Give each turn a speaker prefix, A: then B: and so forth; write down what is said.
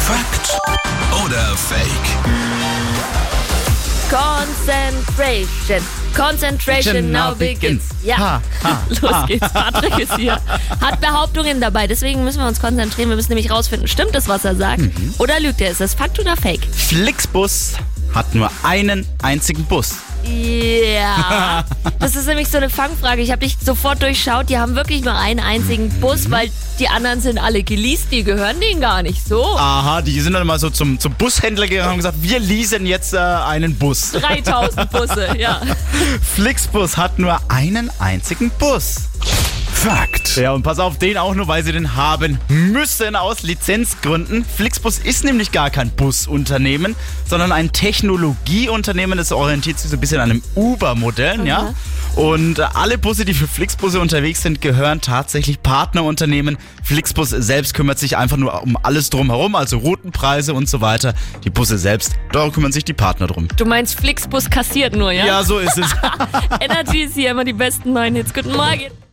A: Fakt oder Fake?
B: Concentration now begins. Ja, los geht's. Patrick ist hier. Hat Behauptungen dabei, deswegen müssen wir uns konzentrieren. Wir müssen nämlich rausfinden, stimmt das, was er sagt? Oder lügt er? Ist das Fakt oder Fake?
C: Flixbus hat nur einen einzigen Bus.
B: Ja, das ist nämlich so eine Fangfrage. Ich habe dich sofort durchschaut. Die haben wirklich nur einen einzigen Bus, weil die anderen sind alle geleast. Die gehören denen gar nicht so.
C: Aha, die sind dann mal so zum Bushändler gegangen und haben gesagt, wir leasen jetzt einen Bus.
B: 3000 Busse, ja.
C: Flixbus hat nur einen einzigen Bus.
A: Fakt.
C: Ja, und pass auf, den auch nur, weil sie den haben müssen aus Lizenzgründen. Flixbus ist nämlich gar kein Busunternehmen, sondern ein Technologieunternehmen. Das orientiert sich so ein bisschen an einem Uber-Modell, ja. Und alle Busse, die für Flixbusse unterwegs sind, gehören tatsächlich Partnerunternehmen. Flixbus selbst kümmert sich einfach nur um alles drumherum, also Routenpreise und so weiter. Die Busse selbst, da kümmern sich die Partner drum.
B: Du meinst, Flixbus kassiert nur, ja?
C: Ja, so ist es.
B: Energy ist hier immer die besten neuen Hits. Guten Morgen.